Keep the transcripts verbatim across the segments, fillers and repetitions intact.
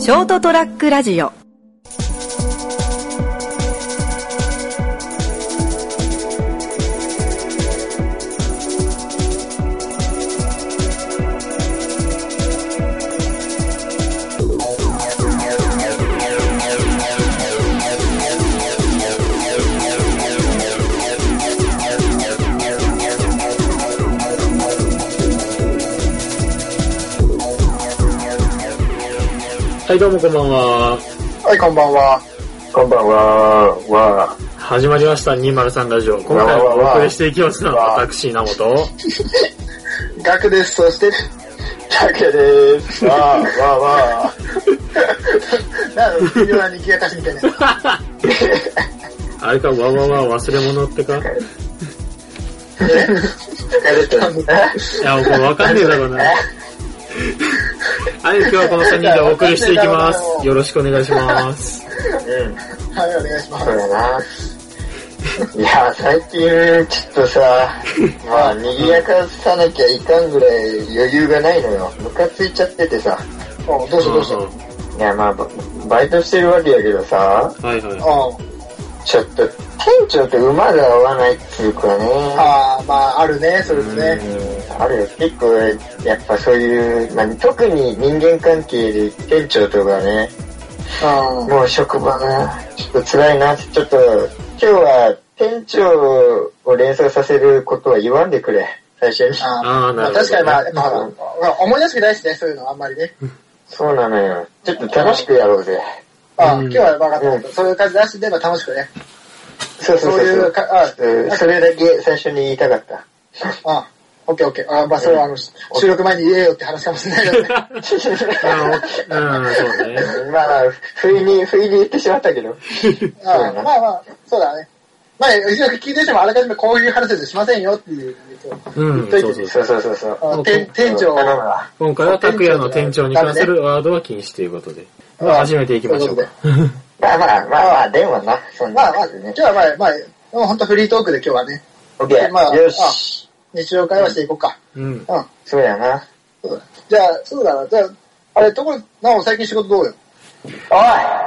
ショートトラックラジオ。 はい、どうもこんばんは。 はい、こんばんは。 こんばんは。わ始まりましたにひゃくさんラジオ。今回もお送りしていきますのは私、名本。 ガクです。そして、 タケです。わー、わー、わー。なんだ、微妙なにぎやかしみたいな。 あれか、わーわーわー忘れ物ってかえ疲れてる。 いや、これわかんねえだろうな。はい、今日はこのさんにんでお送りしていきます。よろしくお願いします。 うん。はい、お願いします。 そうだな。いや、最近、ちょっとさ、まあ、賑やかさなきゃいかんぐらい余裕がないのよ。ムカついちゃっててさ。 おどうしたどうしたいや、まあ、バイトしてるわけやけどさ。 はいはい。 ちょっと、店長と馬が合わないっていうかね。 ああ、まあ、あるね、それもね。 あるよ。結構、やっぱそういう、まあ、特に人間関係で店長とかね、もう職場がちょっと辛いなって、ちょっと、今日は店長を連想させることは言わんでくれ、最初に。 ああ、なるほど、ね。 まあ、確かにまあ、まあ、思い出す気ないしね、そういうのあんまりね。 そうなのよ。ちょっと楽しくやろうぜ。 ああ、今日は分かった、うん。そういう感じ出してでも楽しくね。 そうそうそう。そういうかあそれだけ最初に言いたかった。 ああ、オッケーオッケー。ああ、まあそれはあの、収録前に言えよって話かもしれないけどね。 うん、そうね。 まあ、不意に、不意に言ってしまったけど。 ああまあまあ、そうだね。まあ、一応聞いてる人もあらかじめこういう話はしませんよっていう。 うん、そうそうそうそうそう。 店長今回は拓也の店長に関するワードは禁止ということで。まあ、始めていきましょうか。 まあまあまあまあ、でもな。そんなまあまあ、今日はまあまあ、もうほんとフリートークで今日はね。 オッケー。 まあ、 よし。 日常会話していこうか。 うん。うん。 そうやな。 そうだ。じゃあ、そうだな。じゃあ、あれ、ところ、なお最近仕事どうよ。 おい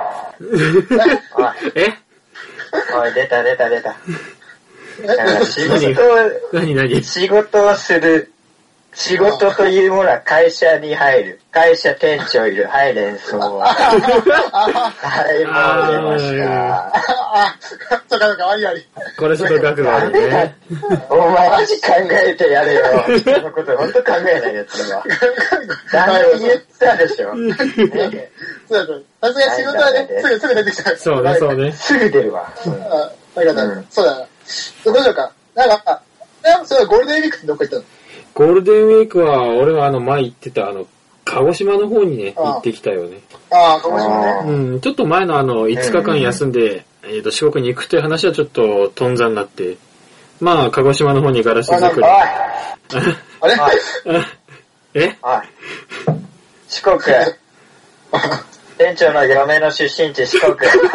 えおい、出た出た出た。仕事何何仕事をする。仕事というものは会社に入る。会社店長いる。はい、連想は。はい、もう出ました。 あ、そうかそうか、悪い悪い。 これちょっと額があるね。 お前マジ考えてやれよ。人のことほんと考えないやつは。誰言ったでしょ。ね、 そうだそうだ。さすが仕事はね、すぐ、すぐ出てきた。 そうね、そうね。 すぐ出るわ。 あ、ありがとう。そうだな。どうしようか。なんか、それはゴールデンウィークってどこ行ったの？ ゴールデンウィークは、俺はあの前行ってた、あの、鹿児島の方にね、行ってきたよね。 ああ、鹿児島ね。うん、ちょっと前のあの、いつかかん休んで、えっと、四国に行くという話はちょっと、頓挫になって、まあ、鹿児島の方にガラス作り。 おいあれえおい四国。店長の嫁の出身地四国。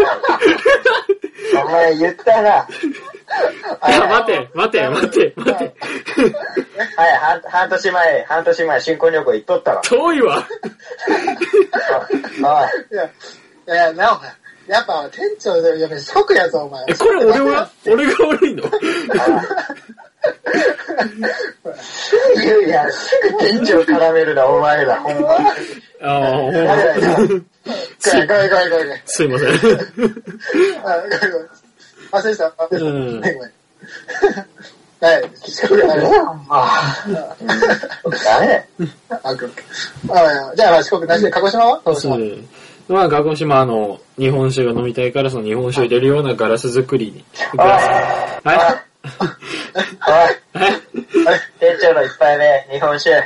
お前言ったな。 いや、待て、待て、待て、待て。 はい、半、半年前、半年前、新婚旅行行っとったわ。 遠いわ。 おい。いや、いや、なお、やっぱ、店長の嫁四国やぞ、お前。 え、これ俺は俺が悪いの言うやん、すぐ店長絡めるな、お前ら、ほんま。ああ、ほんま。 ごめんごめんごめんごめん。 すいません。 あ、ごめんごめん。忘れした。忘れした。ごめんごめん。はい、四国だね。 ああ。ダメ。 あ、じゃあ、四国なしで、鹿児島は鹿児島。 まあ、鹿児島あの、日本酒が飲みたいから、その日本酒を入れるようなガラス作りに。 はい。おい。店長の一杯目、日本酒。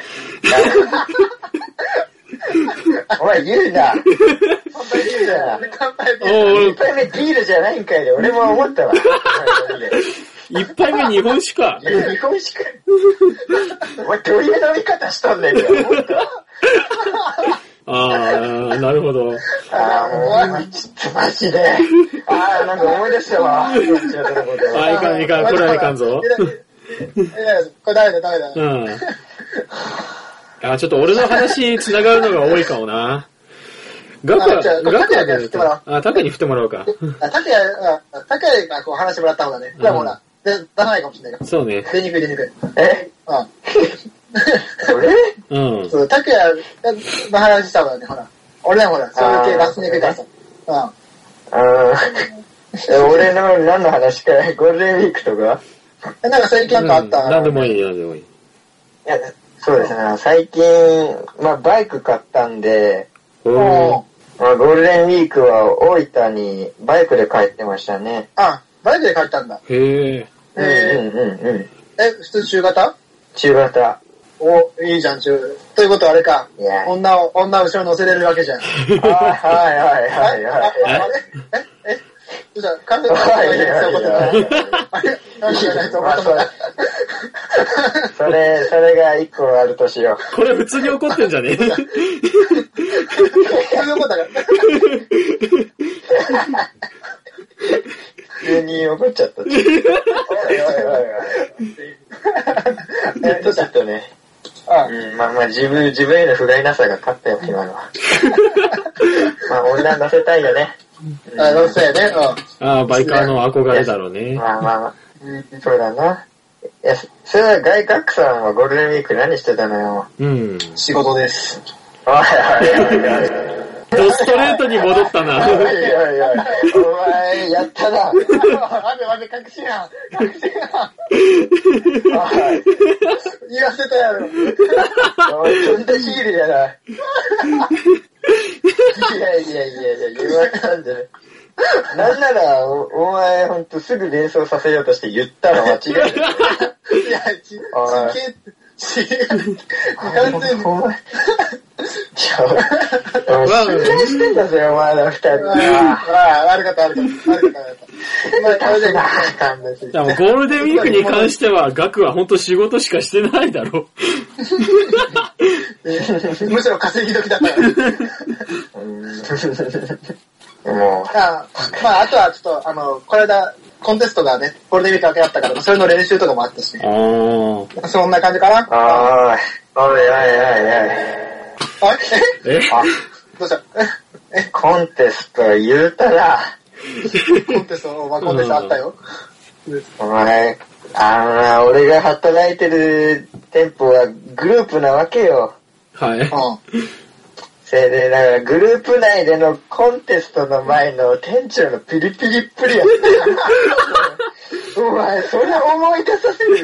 お前言うな。乾杯ビールだな。乾杯ビール。一杯目ビールじゃないんかいで、俺も思ったわ。 一杯目日本酒か。 いや、日本酒か。お前どういう飲み方しとんねんって思った。 ああ、なるほど。 ああ、もう、ちょっとマジで。ああ、なんか思い出したわ。ああ、いかんいかん、これはいかんぞ。 いや、これダメだ、ダメだ。 うん。あ、ちょっと俺の話繋がるのが多いかもな。 ガクは、 じゃあ、 ガクはタクヤに振ってもらおう。 あ、タクヤに振ってもらおうか。 あ、タクヤ、あ、タクヤがこう話してもらった方がね、これはもうな、で出さないかもしれないから。 そうね。 出にくい出にくい。 えうん。 俺うん。 そう、タクヤの話した方がね、ほら。俺らもほら、そういう系出しにくいからさ。うん。 あー俺の何の話か、ゴールデンウィークとかえ、なんか最近なんかあった、 うん、何でもいい、何でもいい。 いや、そうですね。最近、まあバイク買ったんで、 おー。 まあ、ゴールデンウィークは大分にバイクで帰ってましたね。 あ、バイクで帰ったんだ。 へー。 えー、 うんうんうん。 え、普通中型中型。 お、いいじゃん、中。ということはあれか。 いや女を、女を後ろに乗せれるわけじゃん。 はいはいはいはいあはい。 ああれええどうした完全にないやつ怒ってない。あれ何がないと怒ってない。 それ、それが一個あるとしよこれ普通に怒ってんじゃねえ普通に怒ったから。 急に怒っちゃった。おいおいおいおい。え、ちょっとね。うん、まあまあ自分、自分への不甲斐なさが勝ったよ、今のは。まあ女乗せたいよね。 あ、乗せね。 うん。ああ、バイカーの憧れだろうね。 まあまあまあ。そうだな。いや、それは外角さんはゴールデンウィーク何してたのよ。 うん。 仕事です。 おいおいおいおい。 ドストレートに戻ったな。 おいおいおい。お前、やったな。 待て待て、確信犯。確信犯。言わせたやろ。 おい、ちょんだしぎりやな。いやいやいやいや、言わかんじゃない。なんなら、お、お前ほんとすぐ連想させようとして言ったら間違いない。 いや、ち、ち、ち、完全に。 お前、ちょ、信頼してんだぜ、お前ら二人。 ああ、悪かった悪かった。悪かった悪かった。まあ、これで、勘弁して。 でもゴールデンウィークに関しては、ガクはほんと仕事しかしてないだろ。 むしろ稼ぎ時だったから。 もう。 あまあ、あとはちょっと、あの、この間、コンテストがね、ゴールデンウィーク明けだったから、それの練習とかもあったしね。 ああ。そんな感じかな。 ああ、おいおいおいおい。 あええあどうしたええコンテスト言うたら。 コンテスト、まあ、コンテストあったよ。 お前、あのな、俺が働いてる店舗はグループなわけよ。 はい。 うん。 せいで、だからグループ内でのコンテストの前の店長のピリピリっぷりやってお前、それ思い出させる。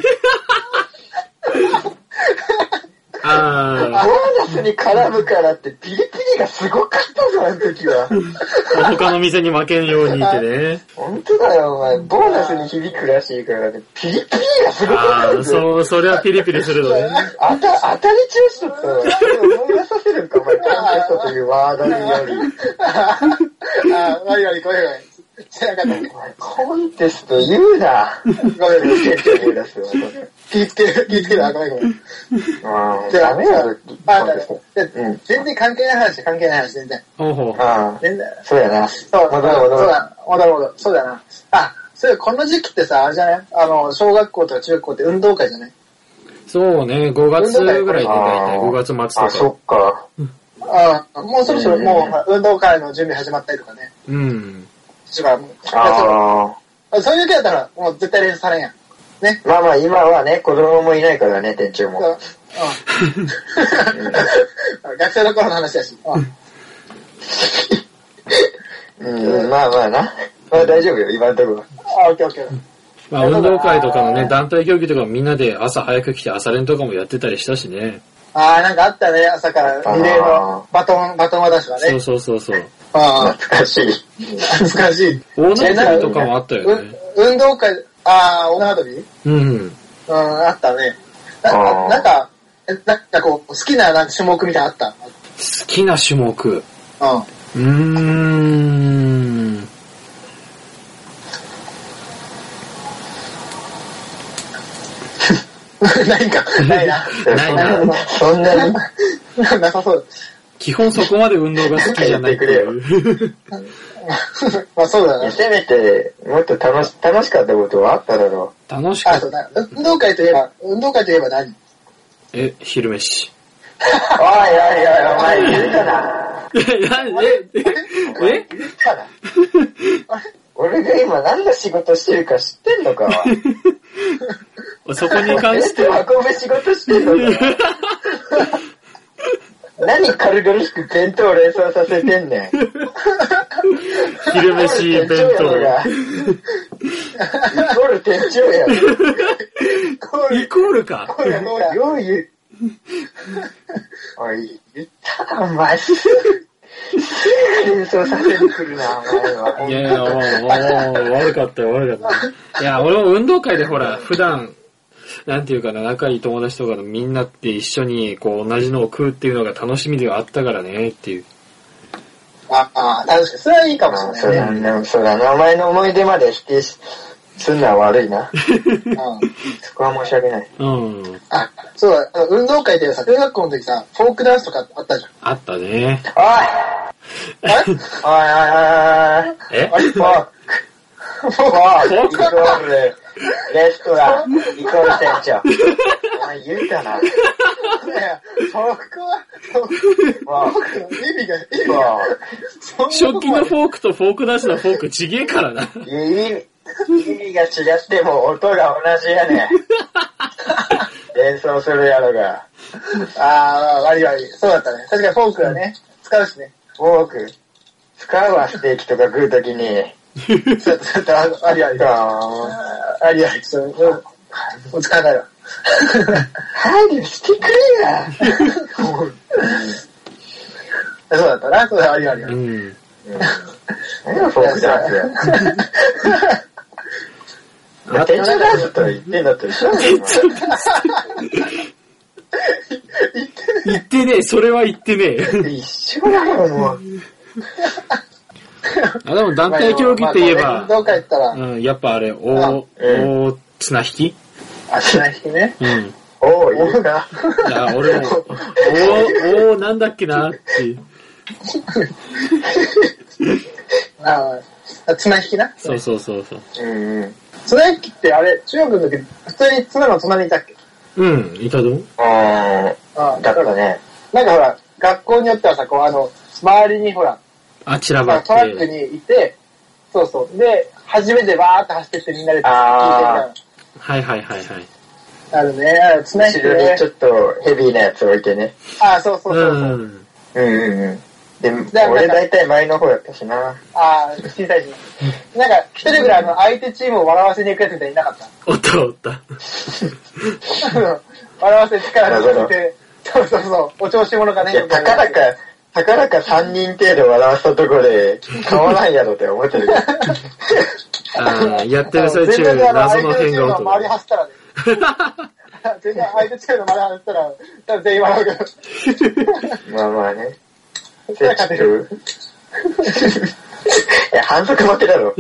あボーナスに絡むからってピリピリがすごかったぞ、あの時は。 あ。他の店に負けんようにってね。 本当だよ、お前。ボーナスに響くらしいからね。ピリピリがすごかったああ、 んだよ。 そう、それはピリピリするのね。 あた、当たり調子だったわ。思い出させるんか、お前。コンテストというワードにより。 ああ、悪い悪い、ごめんごめん。知らなかった。 コンテスト言うな。 ごめんごめん。 店長思い出すわ。 気ぃつける、気ぃつける、あ、ごめんごめん。 ああ、 じゃあ、 ダメやろ、 あ、 コンテスト。うん。 全然関係ない話、関係ない話、全然。 ほうほう。 ああ、 全然。 そうやな。 そう、 戻る戻る。 そうだ、戻る戻る。そうだよな。あ、そういう、この時期ってさ、あれじゃないあの、小学校とか中学校って運動会じゃないそうね、ごがつぐらいで大体、ごがつ末とか。 あ、そっか。 ああ、もうそろそろもう、運動会の準備始まったりとかね。 うん。 だからもう、 ああそういう時だったら、もう絶対練習されんやん。ね。 まあまあ今はね、子供もいないからね、店長も。 うん。学生の頃の話だし。 うん、うん、まあまあな。まあ大丈夫よ、今のところは。 あ、オッケーオッケー。 まあ運動会とかのね、団体競技とかもみんなで朝早く来て朝練とかもやってたりしたしね。 ああ、なんかあったね、朝からリレーのバトン、バトン渡しがね。 そうそうそうそう。 ああ。 懐かしい。 懐かしい。 大縄跳びとかもあったよね。 運動会、ああ、大縄跳びうん。 うん、あったね。ななんか、なんかこう、好きななんか種目みたいなのあった好きな種目。 うん。 うーん。 ないか、ないな。 ないな。 そんなになさそう。 基本そこまで運動が好きじゃないっていう。 まあそうだな。 せめて、もっと楽し、楽しかったことはあっただろう。楽しかあ、 った。 そうだ。運動会といえば、運動会といえば何え、昼飯。 おいおいおい、お前言うかな。 えええ俺が今何の仕事してるか知ってんのかそこに関しては。運ぶ仕事してんのか何軽々しく弁当を連想させてんねん。 昼飯弁当。 イコール店長や。 イコールか。 よう言う。おい、言ったな、お前。すぐ連想させてくるな、お前は。 いやいや、もう、もう、悪かったよ、悪かった。いや、俺も運動会でほら、普段、なんていうかな、仲いい友達とかのみんなって一緒にこう同じのを食うっていうのが楽しみではあったからねっていう。 ああ、確かに。それはいいかもしれない、ね。 そうだね。そうだな。お前の思い出まで否定し、すんのは悪いな。うん、そこは申し訳ない。 うん。 あ、そうだ、あの運動会でさ、中学校の時さ、フォークダンスとかあったじゃん。 あったね。 おいあれおいおいおいおい。 えフォーク。フォーク。イコール、レストラン、イコール店長。お前言うかな。 いや、フォークは、フォークの意味が、意味が。 食器のフォークとフォークダンスのフォークちげえからな。 意味、意味が違っても音が同じやねん。連想するやろが。 ああ、悪い悪い。そうだったね。確かにフォークはね、使うしね。 フォーク。使うわ、ステーキとか食うときに。 ちょっと、ちょっと、ありあり。ありあり。ちょっと、もう使わないわ。 配慮してくれや。 そうだったな、そうだ、ありあり。 うん。 何がフォークダンスや。店長ダンスと言ってんだったら一緒だよ。 言ってねえ、それは言ってねえ。 一緒だよ、もう。 あ、でも団体競技って言えば、 運動会行ったら、 うん、やっぱあれ、大、大綱引きあ、綱引きね。 うん。 おー、いいか。 いや、俺も、お、お、なんだっけなっていう。 ああ、綱引きな。 そうそうそうそう。 うんうん。 綱引きってあれ、中学の時、普通に綱の隣にいたっけ？ うん、いたぞ。 あー、だからね。 なんかほら、学校によってはさ、こうあの、周りにほら、 あ、散らばって。 トラックにいて、そうそう。で、初めてバーって走ってってみんなで聞いてみたいな。 はいはいはいはい。 あるね。ある、綱引きね。 後ろにちょっとヘビーなやつ置いてね。 あ、そうそうそうそう。うんうんうん。で、俺大体前の方やったしな。 ああ、小さいし。なんか、一人ぐらいあの、相手チームを笑わせに行くやつみたいにいなかった。 おったおった。 笑わせ力を抜いて、そうそうそう、お調子者がね。 たかだか、たかだかさんにん程度笑わせたところで、変わらんやろって思ってるけど。 ああ、やってる最中、謎の変顔とか。 周り走ったらね。全然相手チームの周り走ったら、多分全員笑うけど。 まあまあね。 そしたら勝てる。 いや、反則負けだろ。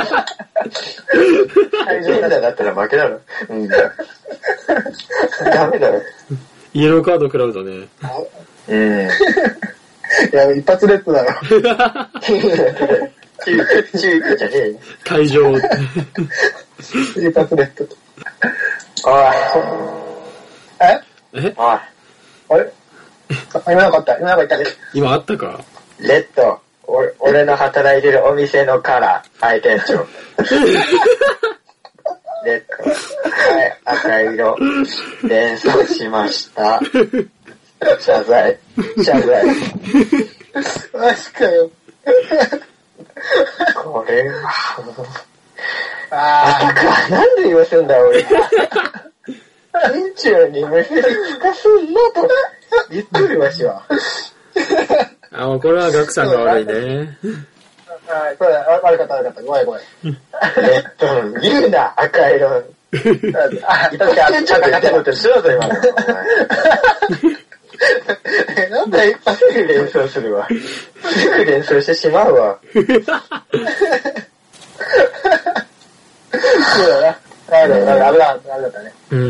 会場だだったら負けだろ。うん。ダメだろ。 イエローカード食らうとね。 うん。 いや、一発レッドだろ。 注意じゃねえよ。 退場。 一発レッド。 おい。 ええおい。 あれ今なんかあった今なんか言ったね。 今あったかレッド。俺, 俺の働いてるお店のカラー、はい、店長。レッド。はい、赤色。連想しました。謝罪。謝罪。 マジかよ。 これは、 ああたか、なんで言わせんだよ、俺。店長に無理聞かすんなと言ってるわしは。 あ、もうこれはガクさんが悪いね。 あ、そうだ、悪かった悪かった。ごめんごめん。 レッド、言うな、赤色。 あ、確かに、 ちょっと言ってんのと一緒だぞ、今の。 なんで一発すぐ連想するわ。すぐ連想してしまうわ。 そうだな。あれだ、あれだ、あれだったね。 うん。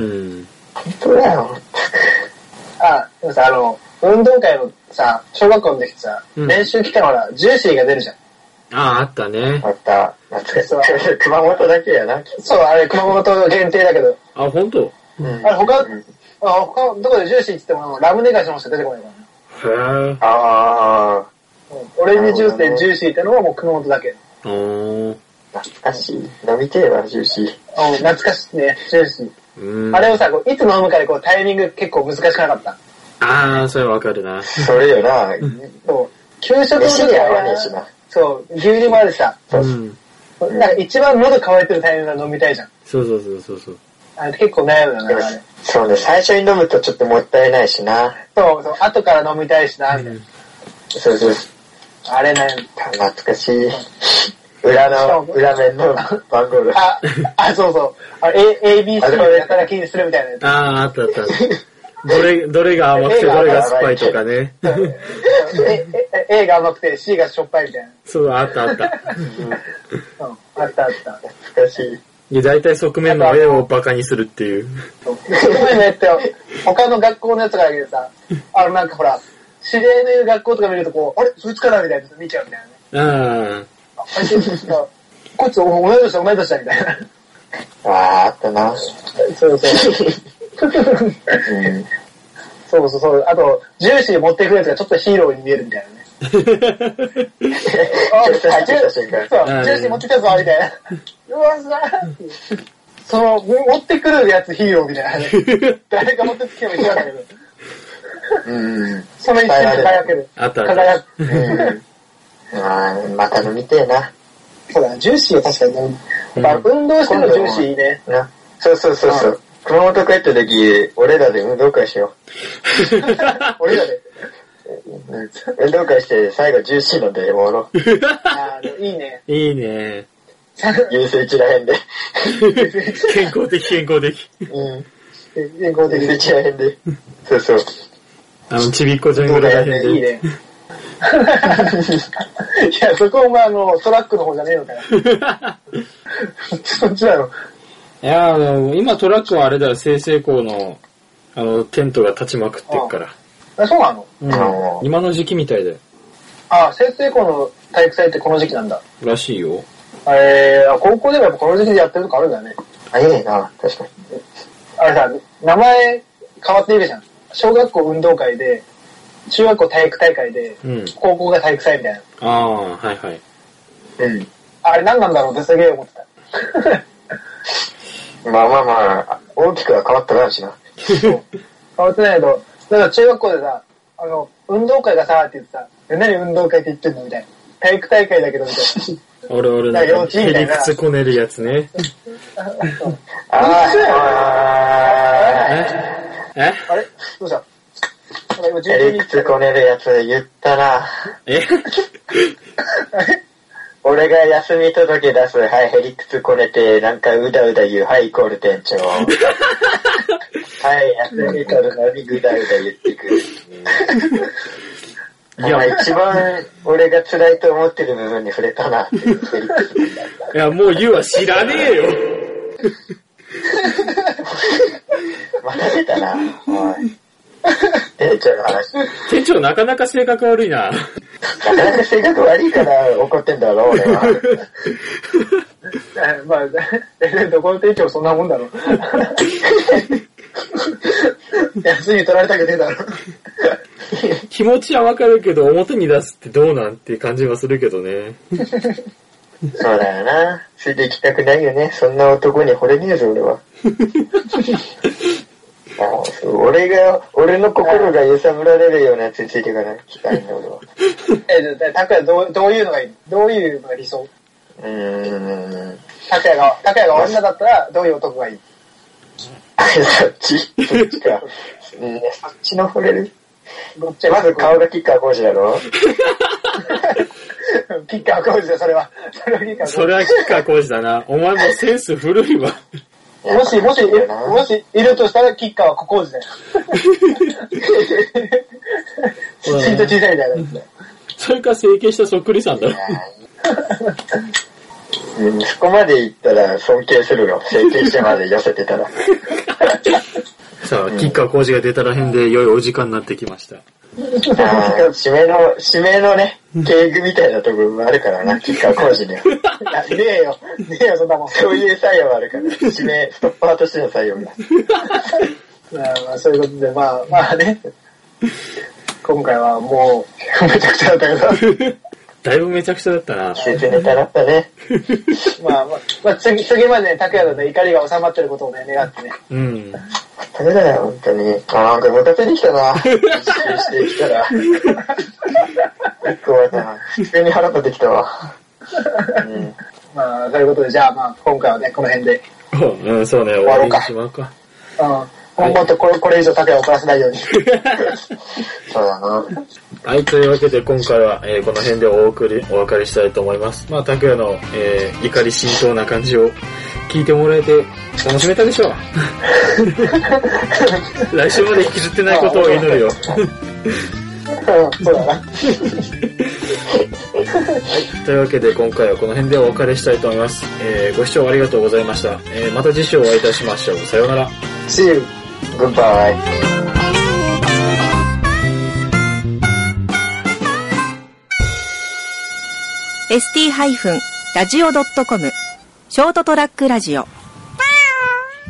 本当だよ。 あ、でもさ、あの、運動会のさ、小学校の時さ、 うん、 練習期間ほら、ジューシーが出るじゃん。 ああ、あったね。 あった。懐かしい。熊本だけやな。 そう、あれ熊本限定だけど。 あ、ほんと？ うん。あれ他、うん、あ他どこでジューシーって言ってもラムネ菓子のしか出てこないからね。 へぇー。 ああ。 オレンジジュースでジューシーってのはもう熊本だけ。 おー。 懐かしい。飲みてえわ、ジューシー。 うん、懐かしいね、ジューシー。うん、あれをさ、こういつ飲むかでこうタイミング結構難しくなかった。 あー、それわかるな。 それよな。 そう。給食の時は、そう、牛乳もあるしさ。そう。うん、なんか一番喉乾いてるタイミングが飲みたいじゃん。 そうそうそうそうそう。 あれ結構悩むよな、あれ。 そうね、最初に飲むとちょっともったいないしな。 そうそう、後から飲みたいしな、みたいな。 そうそう。 あれね。 懐かしい。裏の、裏面の番号だ。 あ、あ、そうそう。あ A、エービーシー をやたら気にするみたいなやつ。 ああ、あったあった。どれ、どれが甘くてどれが酸っぱいとかね。 A が甘くて C がしょっぱいみたいな。 そう、あったあった。うん、 あったあった。 懐かしい。 いや、大体側面の絵をバカにするっていう。 側面の絵って他の学校のやつがだけどさ、あのなんかほら、知り合いのいる学校とか見るとこう、あれそいつかなみたいな見ちゃうみたいなね。 うん。 こいつ同い年だ同い年だみたいな。 ああ、あったな。 そうそう。うん、そうそうそう。あと、ジューシー持ってくるやつがちょっとヒーローに見えるみたいなね。あ、ジューシー持ってきたぞみたいな。うわさーその、持ってくるやつヒーローみたいなね。誰が持ってきても一緒なんだけど。うん。その一瞬で輝ける。 あったあった。 輝く。うんああ、また飲みてえな。 そうだ、ジューシーは確かにね。うん、運動してるのジューシーいいね。 な。そうそうそうそう。熊本帰った時、俺らで運動会しよう。俺らで。 運動会して最後ジューシー飲んで終わろう。 ああ、いいね。 いいね。 優勢一らへんで。 健康的、健康的。 うん。健康的。 優勢一らへんで。そうそう。 あの、ちびっこちゃんぐらいらへんで。 いいね。いや、そこお前あの、トラックの方じゃねえのかよ。そっちだろ。 いや、あの、今トラックはあれだよ、済々黌の、あの、テントが立ちまくってっから。 あ、そうなの？ うん。今の時期みたいだよ。 あ、済々黌の体育祭ってこの時期なんだ。 らしいよ。 えー、高校でもやっぱこの時期でやってるとこあるんだね。 あ、いいな、確かに。 あれさ、名前変わっているじゃん。小学校運動会で、中学校体育大会で、うん、高校が体育祭みたいな。 ああ、はいはい。 うん。あれ何なんだろうってすげえ思ってた。まあまあまあ、大きくは変わったないしな。 変わってないけど、だから中学校でさ、あの、運動会がさ、って言ってさ、何運動会って言ってんのみたいな。体育大会だけどみたいな。 俺俺のヘリクツこねるやつね。 ああ、 ええあれどうしたヘリクツこねるやつ言ったな。 え俺が休み届出す、はい、ヘリクツこねて、なんかうだうだ言う、はい、イコール店長。はい、休み取るのにぐだうだ言ってくる。いや、一番俺が辛いと思ってる部分に触れたなっていう。 いや、もう言うは知らねえよ。 また出たな、おい。店長の話。 店長なかなか性格悪いな。 なかなか性格悪いから怒ってんだろ、俺は。 まあ、どこの店長そんなもんだろ。休み取られたけどだろ。 気持ちはわかるけど、表に出すってどうなんっていう感じはするけどね。 そうだよな。ついていきたくないよね。そんな男に惚れねえぞ、俺は。あそう俺が、俺の心が揺さぶられるようなやつについていかないきたいんだ、俺は。 え、たくやどう、どういうのがいいどういうのが理想うーん。 たくやが、たくやが女だったら、どういう男がいいそっちそっちか。うん、そっちの惚れるまず顔がキッカー工事だろキッカー工事だ、それは。 それはキッカー工事。それはキッカー工事だな。お前もセンス古いわ。 もし、もし、もし、いるとしたら、キッカーは小工事だよ。ちんと小さいみたいなやつだよ。 それか整形したそっくりさんだろ。 うん、そこまで言ったら尊敬するよ。整形してまで寄せてたら。 さあ、うん、キッカー工事が出たらへんで良いお時間になってきました。 あ締めの、締めのね、敬具みたいなところもあるからな、キッカー工事には。 ねえよ、ねえよ、そんなもん。 そういう作用あるから、締め、ストッパーとしての作用が。 まあまあ、そういうことで、まあまあね。 今回はもう、めちゃくちゃだったけど。 だいぶめちゃくちゃだったな。 季節ネタだったね。 まあまあ、まあ、次、次までね、拓也のね、怒りが収まってることをね、願ってね。 うん。 ダメだよ、本当に。あ、なんかムカついてきたな。一周してきたら。結構はさ、普通に腹立ってきたわ。 うん、まあ、ということで、じゃあまあ、今回はね、この辺で。 うん、そうね、終わりにしまうか。 うん。もっとこれ、これ以上拓也を怒らせないように。 そうだな。 はい、というわけで今回は、えー、この辺でお送り、お別れしたいと思います。まあ、拓也の、えー、怒り浸透な感じを聞いてもらえて楽しめたでしょう。来週まで引きずってないことを祈るよ。 うん、そうだな。はい、 というわけで今回はこの辺でお別れしたいと思います。えー、ご視聴ありがとうございました。えー、また次週お会いいたしましょう。さようなら。 See you. Goodbye. エスティー ラジオ ドットコム ショートトラックラジオ